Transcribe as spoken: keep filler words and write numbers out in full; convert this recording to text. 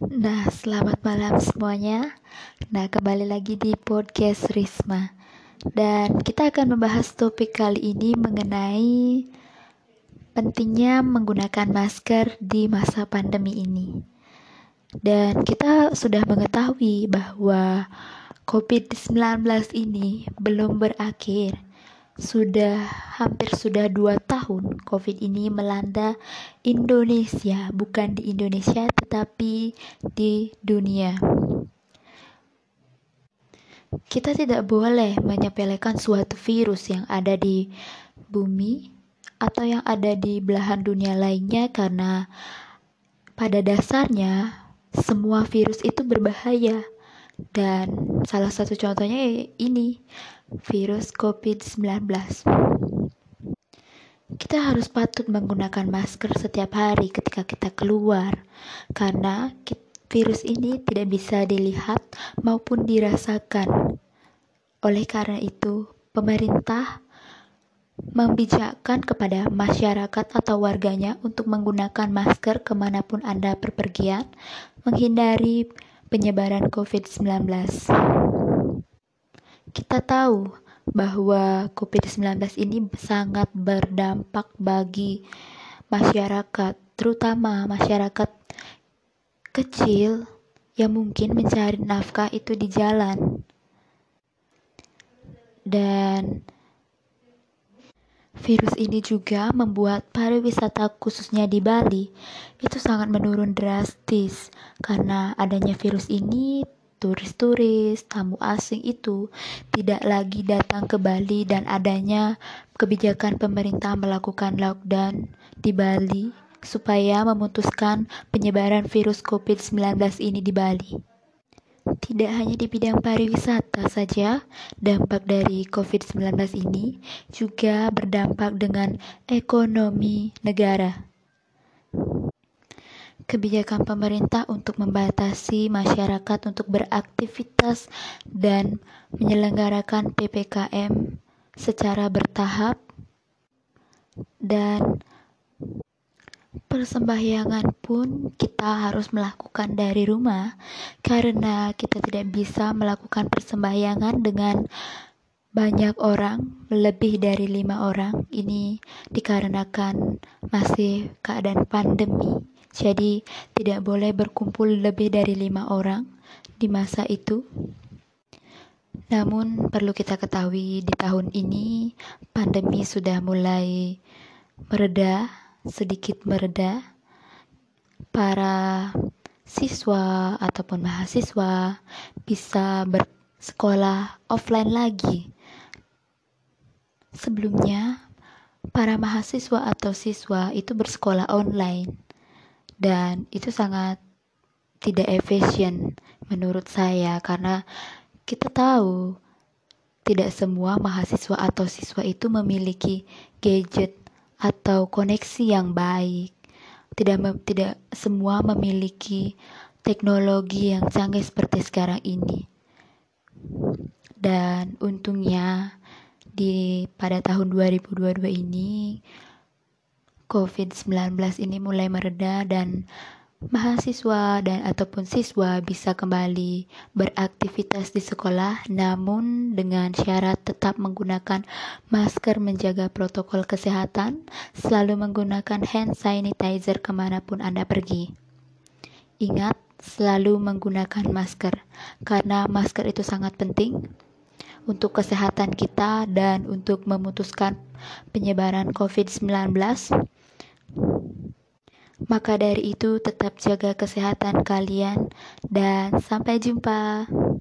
Nah, selamat malam semuanya. Nah, kembali lagi di podcast Risma. Dan kita akan membahas topik kali ini mengenai pentingnya menggunakan masker di masa pandemi ini. Dan kita sudah mengetahui bahwa covid sembilan belas ini belum berakhir. Sudah hampir sudah dua tahun COVID ini melanda Indonesia, bukan di Indonesia tetapi di dunia. Kita tidak boleh menyepelekan suatu virus yang ada di bumi atau yang ada di belahan dunia lainnya, karena pada dasarnya semua virus itu berbahaya. Dan salah satu contohnya ini, virus covid sembilan belas. Kita harus patut menggunakan masker setiap hari ketika kita keluar, karena virus ini tidak bisa dilihat maupun dirasakan. Oleh karena itu, pemerintah membijakkan kepada masyarakat atau warganya untuk menggunakan masker kemanapun Anda berpergian, menghindari penyebaran covid sembilan belas. Kita tahu bahwa covid sembilan belas ini sangat berdampak bagi masyarakat, terutama masyarakat kecil yang mungkin mencari nafkah itu di jalan. Dan virus ini juga membuat pariwisata khususnya di Bali itu sangat menurun drastis. Karena adanya virus ini, turis-turis, tamu asing itu tidak lagi datang ke Bali, dan adanya kebijakan pemerintah melakukan lockdown di Bali supaya memutuskan penyebaran virus covid sembilan belas ini di Bali. Tidak hanya di bidang pariwisata saja, dampak dari covid sembilan belas ini juga berdampak dengan ekonomi negara. Kebijakan pemerintah untuk membatasi masyarakat untuk beraktivitas dan menyelenggarakan P P K M secara bertahap, dan persembahyangan pun kita harus melakukan dari rumah, karena kita tidak bisa melakukan persembahyangan dengan banyak orang, lebih dari lima orang. Ini dikarenakan masih keadaan pandemi, jadi tidak boleh berkumpul lebih dari lima orang di masa itu. Namun perlu kita ketahui, di tahun ini pandemi sudah mulai mereda, sedikit mereda. Para siswa ataupun mahasiswa bisa bersekolah offline lagi. Sebelumnya, para mahasiswa atau siswa itu bersekolah online, dan itu sangat tidak efisien menurut saya, karena kita tahu tidak semua mahasiswa atau siswa itu memiliki gadget atau koneksi yang baik. Tidak tidak semua memiliki teknologi yang canggih seperti sekarang ini. Dan untungnya di pada tahun dua ribu dua puluh dua ini covid sembilan belas ini mulai mereda, dan mahasiswa dan ataupun siswa bisa kembali beraktivitas di sekolah, namun dengan syarat tetap menggunakan masker, menjaga protokol kesehatan, selalu menggunakan hand sanitizer kemanapun Anda pergi. Ingat, selalu menggunakan masker, karena masker itu sangat penting untuk kesehatan kita dan untuk memutuskan penyebaran covid sembilan belas. Maka dari itu, tetap jaga kesehatan kalian dan sampai jumpa.